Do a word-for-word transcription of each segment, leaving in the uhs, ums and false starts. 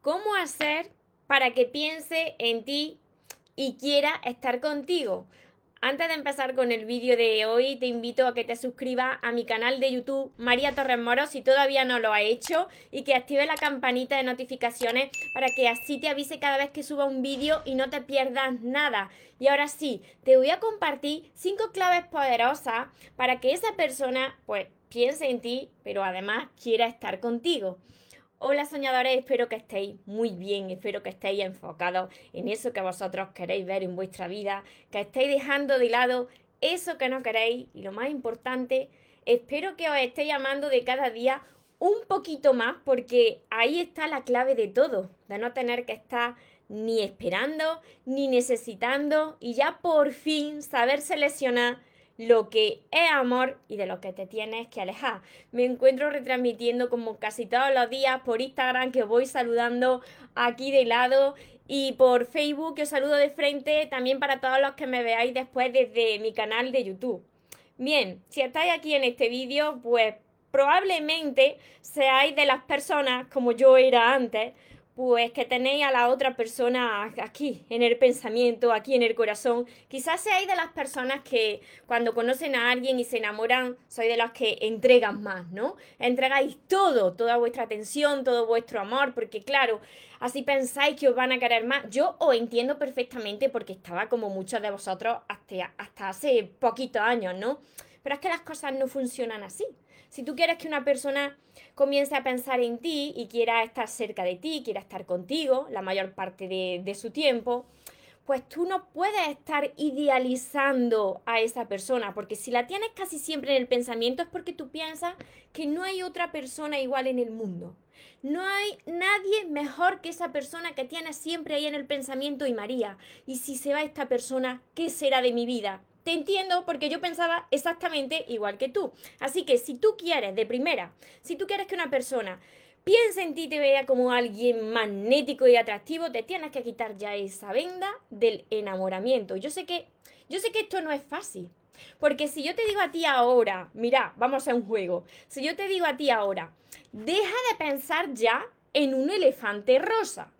¿Cómo hacer para que piense en ti y quiera estar contigo? Antes de empezar con el vídeo de hoy, te invito a que te suscribas a mi canal de YouTube María Torres Moro si todavía no lo has hecho y que active la campanita de notificaciones para que así te avise cada vez que suba un vídeo y no te pierdas nada. Y ahora sí, te voy a compartir cinco claves poderosas para que esa persona pues piense en ti, pero además quiera estar contigo. Hola soñadores, espero que estéis muy bien, espero que estéis enfocados en eso que vosotros queréis ver en vuestra vida, que estéis dejando de lado eso que no queréis y lo más importante, espero que os estéis amando de cada día un poquito más porque ahí está la clave de todo, de no tener que estar ni esperando ni necesitando y ya por fin saber seleccionar lo que es amor y de lo que te tienes que alejar. Me encuentro retransmitiendo como casi todos los días por Instagram, que os voy saludando aquí de lado, y por Facebook, que os saludo de frente, también para todos los que me veáis después desde mi canal de YouTube. Bien, si estáis aquí en este vídeo, pues probablemente seáis de las personas, como yo era antes, pues que tenéis a la otra persona aquí, en el pensamiento, aquí en el corazón. Quizás seáis de las personas que cuando conocen a alguien y se enamoran, sois de las que entregan más, ¿no? Entregáis todo, toda vuestra atención, todo vuestro amor, porque claro, así pensáis que os van a querer más. Yo os entiendo perfectamente porque estaba como muchos de vosotros hasta, hasta hace poquitos años, ¿no? Pero es que las cosas no funcionan así. Si tú quieres que una persona comience a pensar en ti y quiera estar cerca de ti, quiera estar contigo la mayor parte de, de su tiempo, pues tú no puedes estar idealizando a esa persona, porque si la tienes casi siempre en el pensamiento es porque tú piensas que no hay otra persona igual en el mundo. No hay nadie mejor que esa persona que tienes siempre ahí en el pensamiento y María. Y si se va esta persona, ¿qué será de mi vida? Te entiendo porque yo pensaba exactamente igual que tú. Así que si tú quieres, de primera, si tú quieres que una persona piense en ti y te vea como alguien magnético y atractivo, te tienes que quitar ya esa venda del enamoramiento. Yo sé que, yo sé que esto no es fácil. Porque si yo te digo a ti ahora, mira, vamos a hacer un juego. Si yo te digo a ti ahora, deja de pensar ya en un elefante rosa.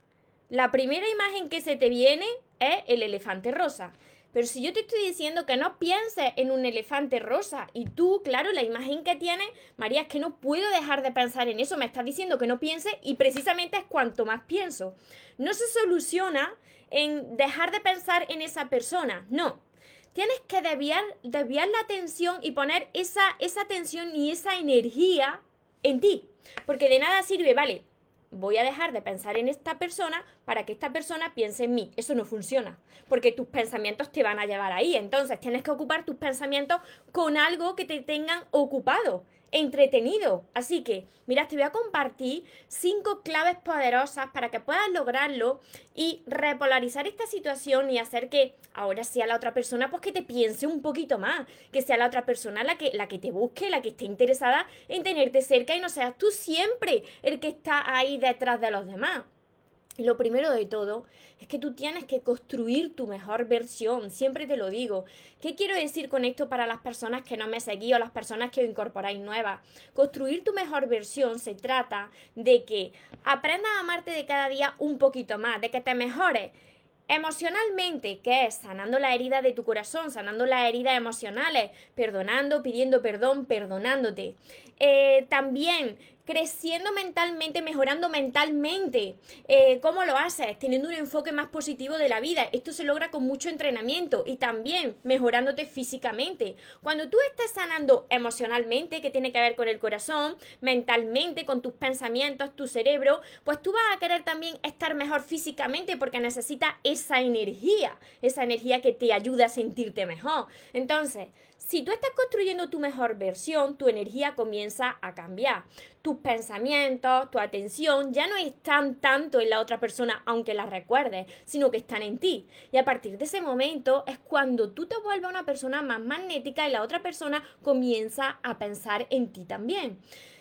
La primera imagen que se te viene es el elefante rosa. Pero si yo te estoy diciendo que no pienses en un elefante rosa y tú, claro, la imagen que tienes, María, es que no puedo dejar de pensar en eso, me estás diciendo que no pienses y precisamente es cuanto más pienso. No se soluciona en dejar de pensar en esa persona, no. Tienes que desviar, desviar la atención y poner esa, esa atención y esa energía en ti. Porque de nada sirve, vale, voy a dejar de pensar en esta persona para que esta persona piense en mí. Eso no funciona, porque tus pensamientos te van a llevar ahí. Entonces tienes que ocupar tus pensamientos con algo que te tengan ocupado, entretenido. Así que, mira, te voy a compartir cinco claves poderosas para que puedas lograrlo y repolarizar esta situación y hacer que ahora sea la otra persona pues que te piense un poquito más, que sea la otra persona la que, la que te busque, la que esté interesada en tenerte cerca y no seas tú siempre el que está ahí detrás de los demás. Lo primero de todo es que tú tienes que construir tu mejor versión, siempre te lo digo. ¿Qué quiero decir con esto para las personas que no me seguís o las personas que os incorporáis nuevas? Construir tu mejor versión se trata de que aprendas a amarte de cada día un poquito más, de que te mejores emocionalmente, que es sanando la herida de tu corazón, sanando las heridas emocionales, perdonando, pidiendo perdón, perdonándote. Eh, también creciendo mentalmente, mejorando mentalmente. Eh, ¿Cómo lo haces? Teniendo un enfoque más positivo de la vida. Esto se logra con mucho entrenamiento y también mejorándote físicamente. Cuando tú estés sanando emocionalmente, que tiene que ver con el corazón, mentalmente, con tus pensamientos, tu cerebro, pues tú vas a querer también estar mejor físicamente porque necesitas esa energía, esa energía que te ayuda a sentirte mejor. Entonces, si tú estás construyendo tu mejor versión, tu energía comienza a cambiar. Tus pensamientos, tu atención ya no están tanto en la otra persona, aunque la recuerdes, sino que están en ti. Y a partir de ese momento es cuando tú te vuelves una persona más magnética y la otra persona comienza a pensar en ti también.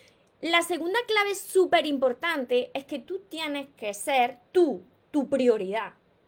La segunda clave súper importante es que tú tienes que ser tú, tu prioridad.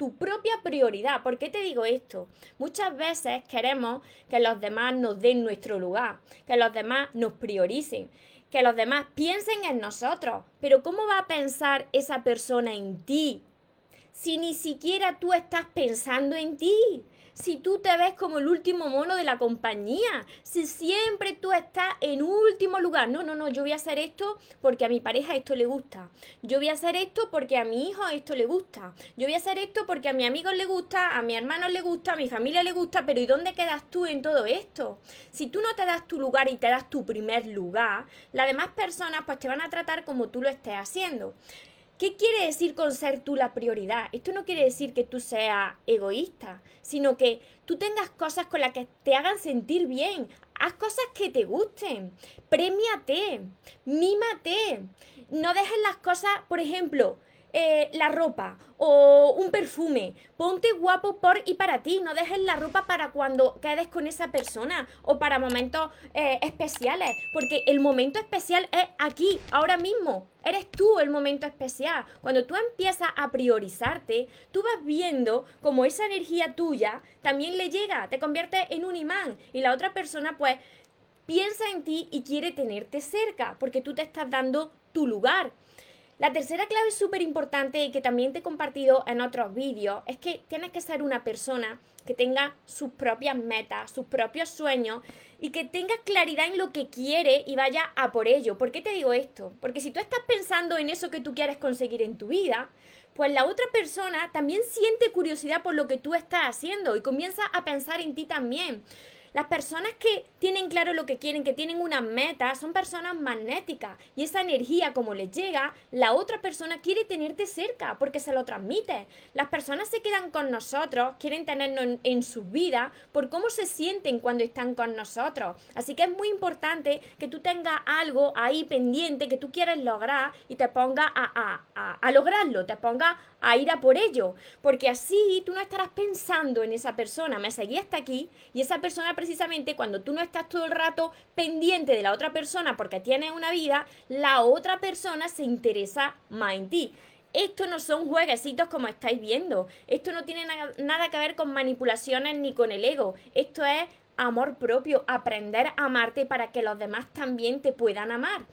tu propia prioridad. ¿Por qué te digo esto? Muchas veces queremos que los demás nos den nuestro lugar, que los demás nos prioricen, que los demás piensen en nosotros. Pero ¿cómo va a pensar esa persona en ti si ni siquiera tú estás pensando en ti? Si tú te ves como el último mono de la compañía, si siempre tú estás en último lugar. No, no, no, yo voy a hacer esto porque a mi pareja esto le gusta. Yo voy a hacer esto porque a mi hijo esto le gusta. Yo voy a hacer esto porque a mi amigo le gusta, a mi hermano le gusta, a mi familia le gusta. Pero ¿y dónde quedas tú en todo esto? Si tú no te das tu lugar y te das tu primer lugar, las demás personas pues te van a tratar como tú lo estés haciendo. ¿Qué quiere decir con ser tú la prioridad? Esto no quiere decir que tú seas egoísta, sino que tú tengas cosas con las que te hagan sentir bien. Haz cosas que te gusten. Prémiate. Mímate. No dejes las cosas, por ejemplo, eh, la ropa o un perfume. Ponte guapo por y para ti. No dejes la ropa para cuando quedes con esa persona o para momentos eh, especiales. Porque el momento especial es aquí, ahora mismo. Eres tú el momento especial. Cuando tú empiezas a priorizarte, tú vas viendo como esa energía tuya también le llega, te convierte en un imán. Y la otra persona pues piensa en ti y quiere tenerte cerca porque tú te estás dando tu lugar. La tercera clave súper importante y que también te he compartido en otros vídeos es que tienes que ser una persona que tenga sus propias metas, sus propios sueños y que tenga claridad en lo que quiere y vaya a por ello. ¿Por qué te digo esto? Porque si tú estás pensando en eso que tú quieres conseguir en tu vida, pues la otra persona también siente curiosidad por lo que tú estás haciendo y comienza a pensar en ti también. Las personas que tienen claro lo que quieren, que tienen una meta, son personas magnéticas. Y esa energía, como les llega, la otra persona quiere tenerte cerca porque se lo transmite. Las personas se quedan con nosotros, quieren tenernos en, en sus vidas por cómo se sienten cuando están con nosotros. Así que es muy importante que tú tengas algo ahí pendiente que tú quieres lograr y te pongas a, a, a, a lograrlo, te pongas a ir a por ello. Porque así tú no estarás pensando en esa persona. Me seguí hasta aquí y esa persona precisamente cuando tú no estás todo el rato pendiente de la otra persona porque tienes una vida, la otra persona se interesa más en ti. Esto no son jueguecitos como estáis viendo. Esto no tiene na- nada que ver con manipulaciones ni con el ego. Esto es amor propio, aprender a amarte para que los demás también te puedan amar.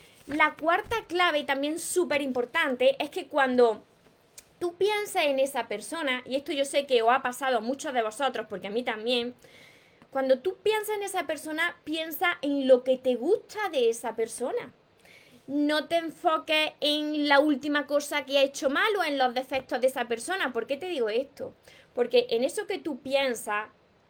La cuarta clave, también súper importante, es que cuando tú piensas en esa persona, y esto yo sé que os ha pasado a muchos de vosotros, porque a mí también, cuando tú piensas en esa persona, piensa en lo que te gusta de esa persona. No te enfoques en la última cosa que ha hecho mal o en los defectos de esa persona. ¿Por qué te digo esto? Porque en eso que tú piensas,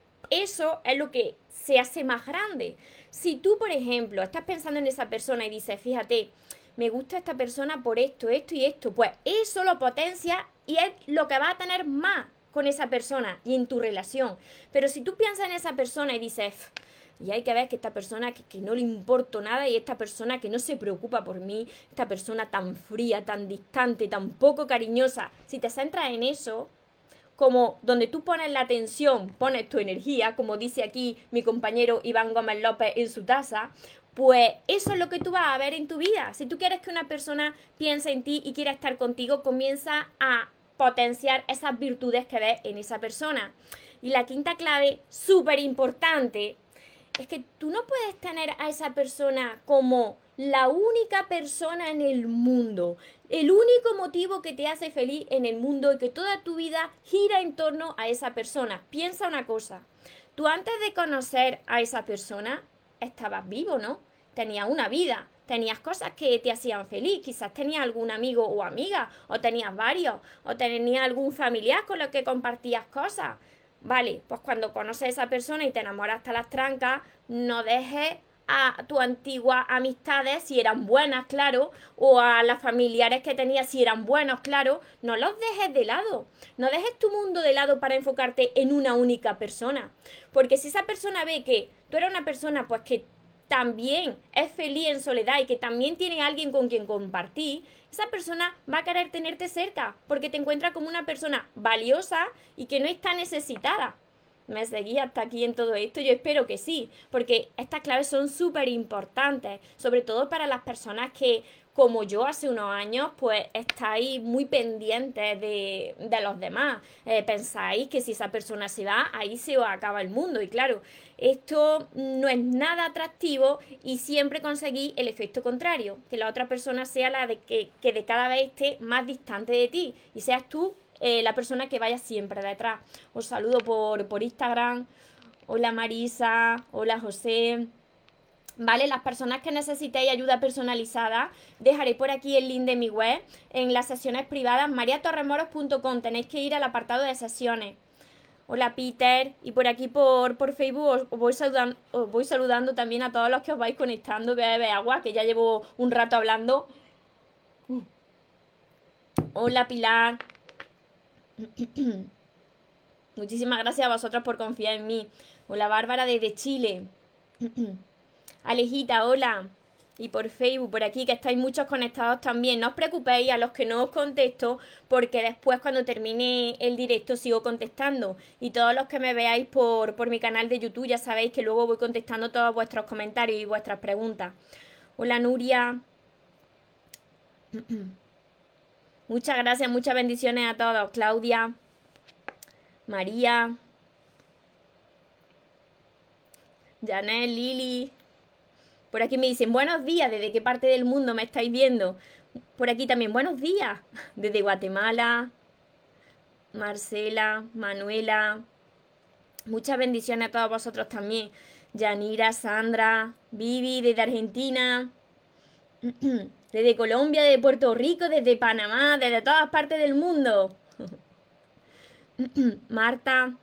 eso es lo que se hace más grande. Si tú, por ejemplo, estás pensando en esa persona y dices, fíjate, me gusta esta persona por esto, esto y esto, pues eso lo potencia y es lo que va a tener más con esa persona y en tu relación. Pero si tú piensas en esa persona y dices, y hay que ver que esta persona que, que no le importo nada y esta persona que no se preocupa por mí, esta persona tan fría, tan distante, tan poco cariñosa, si te centras en eso, como donde tú pones la atención, pones tu energía, como dice aquí mi compañero Iván Gómez López en su taza, pues eso es lo que tú vas a ver en tu vida. Si tú quieres que una persona piense en ti y quiera estar contigo, comienza a potenciar esas virtudes que ves en esa persona. Y la quinta clave, súper importante, es que tú no puedes tener a esa persona como la única persona en el mundo, el único motivo que te hace feliz en el mundo y que toda tu vida gira en torno a esa persona. Piensa una cosa, tú antes de conocer a esa persona estabas vivo, ¿no? Tenías una vida, tenías cosas que te hacían feliz, quizás tenías algún amigo o amiga, o tenías varios, o tenías algún familiar con el que compartías cosas. Vale, pues cuando conoces a esa persona y te enamoras hasta las trancas, no dejes a tus antiguas amistades, si eran buenas, claro, o a las familiares que tenías, si eran buenos, claro, no los dejes de lado. No dejes tu mundo de lado para enfocarte en una única persona. Porque si esa persona ve que tú eres una persona pues que también es feliz en soledad y que también tiene alguien con quien compartir, esa persona va a querer tenerte cerca porque te encuentra como una persona valiosa y que no está necesitada. ¿Me seguís hasta aquí en todo esto? Yo espero que sí, porque estas claves son súper importantes, sobre todo para las personas que, como yo hace unos años, pues estáis muy pendientes de, de los demás. Eh, pensáis que si esa persona se va, ahí se os acaba el mundo. Y claro, esto no es nada atractivo y siempre conseguís el efecto contrario, que la otra persona sea la de que, que de cada vez esté más distante de ti y seas tú eh, la persona que vaya siempre detrás. Os saludo por, por Instagram. Hola Marisa, hola José. ¿Vale? Las personas que necesitéis ayuda personalizada, dejaré por aquí el link de mi web en las sesiones privadas, maria torres moros punto com. Tenéis que ir al apartado de sesiones. Hola Peter, y por aquí por, por Facebook os, os voy saludando, os voy saludando también a todos los que os vais conectando. Voy a beber agua, que ya llevo un rato hablando. Hola Pilar. Muchísimas gracias a vosotros por confiar en mí. Hola Bárbara desde Chile. Alejita, hola. Y por Facebook, por aquí, que estáis muchos conectados también. No os preocupéis a los que no os contesto, porque después cuando termine el directo sigo contestando. Y todos los que me veáis por, por mi canal de YouTube ya sabéis que luego voy contestando todos vuestros comentarios y vuestras preguntas. Hola Nuria. Muchas gracias, muchas bendiciones a todos. Claudia, María, Janet, Lili. Por aquí me dicen, buenos días, ¿desde qué parte del mundo me estáis viendo? Por aquí también, buenos días, desde Guatemala, Marcela, Manuela. Muchas bendiciones a todos vosotros también. Yanira, Sandra, Vivi, desde Argentina, desde Colombia, desde Puerto Rico, desde Panamá, desde todas partes del mundo. Marta.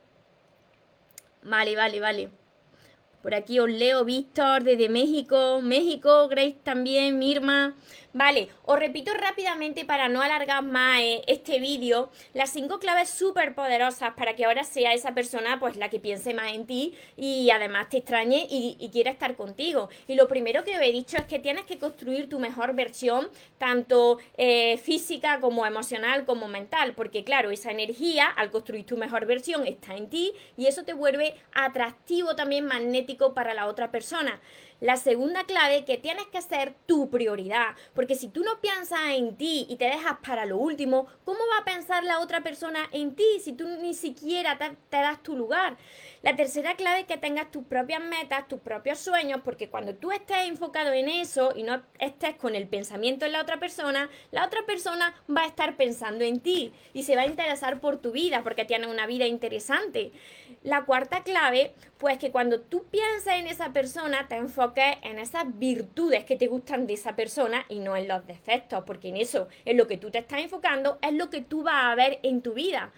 Vale, vale, vale. Por aquí os leo, Víctor, desde México, México, Grace también, Mirma. Vale, os repito rápidamente para no alargar más eh, este vídeo, las cinco claves súper poderosas para que ahora sea esa persona pues la que piense más en ti y además te extrañe y, y quiera estar contigo. Y lo primero que os he dicho es que tienes que construir tu mejor versión, tanto eh, física como emocional como mental, porque claro, esa energía al construir tu mejor versión está en ti y eso te vuelve atractivo también, magnético para la otra persona. La segunda clave, que tienes que ser tu prioridad, porque si tú no piensas en ti y te dejas para lo último, ¿cómo va a pensar la otra persona en ti si tú ni siquiera te, te das tu lugar? La tercera clave es que tengas tus propias metas, tus propios sueños, porque cuando tú estés enfocado en eso y no estés con el pensamiento en la otra persona, la otra persona va a estar pensando en ti y se va a interesar por tu vida porque tienes una vida interesante. La cuarta clave, pues que cuando tú piensas en esa persona, te enfoques en esas virtudes que te gustan de esa persona y no en los defectos, porque en eso, en lo que tú te estás enfocando, es lo que tú vas a ver en tu vida.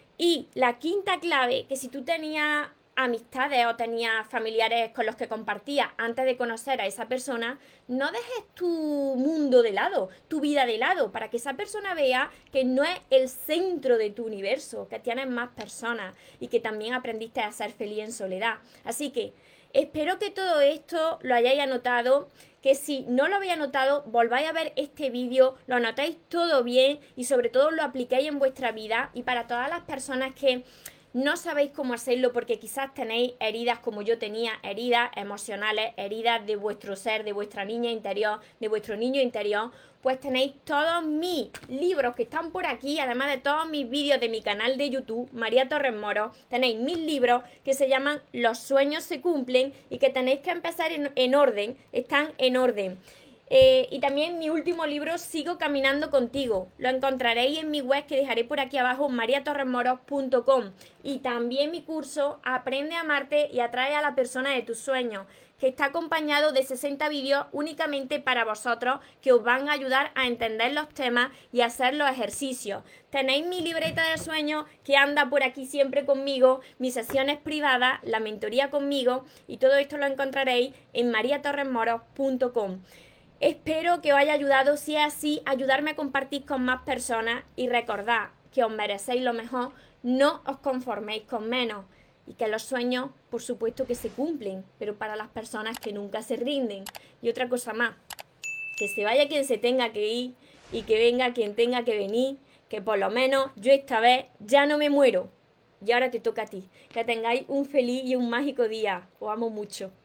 Y la quinta clave, que si tú tenías amistades o tenías familiares con los que compartías antes de conocer a esa persona, no dejes tu mundo de lado, tu vida de lado, para que esa persona vea que no es el centro de tu universo, que tienes más personas y que también aprendiste a ser feliz en soledad. Así que espero que todo esto lo hayáis anotado, que si no lo habéis anotado, volváis a ver este vídeo, lo anotéis todo bien y sobre todo lo apliquéis en vuestra vida. Y para todas las personas que no sabéis cómo hacerlo porque quizás tenéis heridas como yo tenía, heridas emocionales, heridas de vuestro ser, de vuestra niña interior, de vuestro niño interior, pues tenéis todos mis libros que están por aquí, además de todos mis vídeos de mi canal de YouTube, María Torres Moro, tenéis mis libros que se llaman Los sueños se cumplen y que tenéis que empezar en, en orden, están en orden. Eh, y también mi último libro, Sigo caminando contigo. Lo encontraréis en mi web que dejaré por aquí abajo, maria torres moros punto com. Y también mi curso, Aprende a amarte y atrae a la persona de tus sueños, que está acompañado de sesenta vídeos únicamente para vosotros que os van a ayudar a entender los temas y a hacer los ejercicios. Tenéis mi libreta de sueños que anda por aquí siempre conmigo, mis sesiones privadas, la mentoría conmigo y todo esto lo encontraréis en maria torres moros punto com. Espero que os haya ayudado, si es así, ayudarme a compartir con más personas y recordad que os merecéis lo mejor, no os conforméis con menos y que los sueños, por supuesto que se cumplen, pero para las personas que nunca se rinden. Y otra cosa más, que se vaya quien se tenga que ir y que venga quien tenga que venir, que por lo menos yo esta vez ya no me muero. Y ahora te toca a ti. Que tengáis un feliz y un mágico día. Os amo mucho.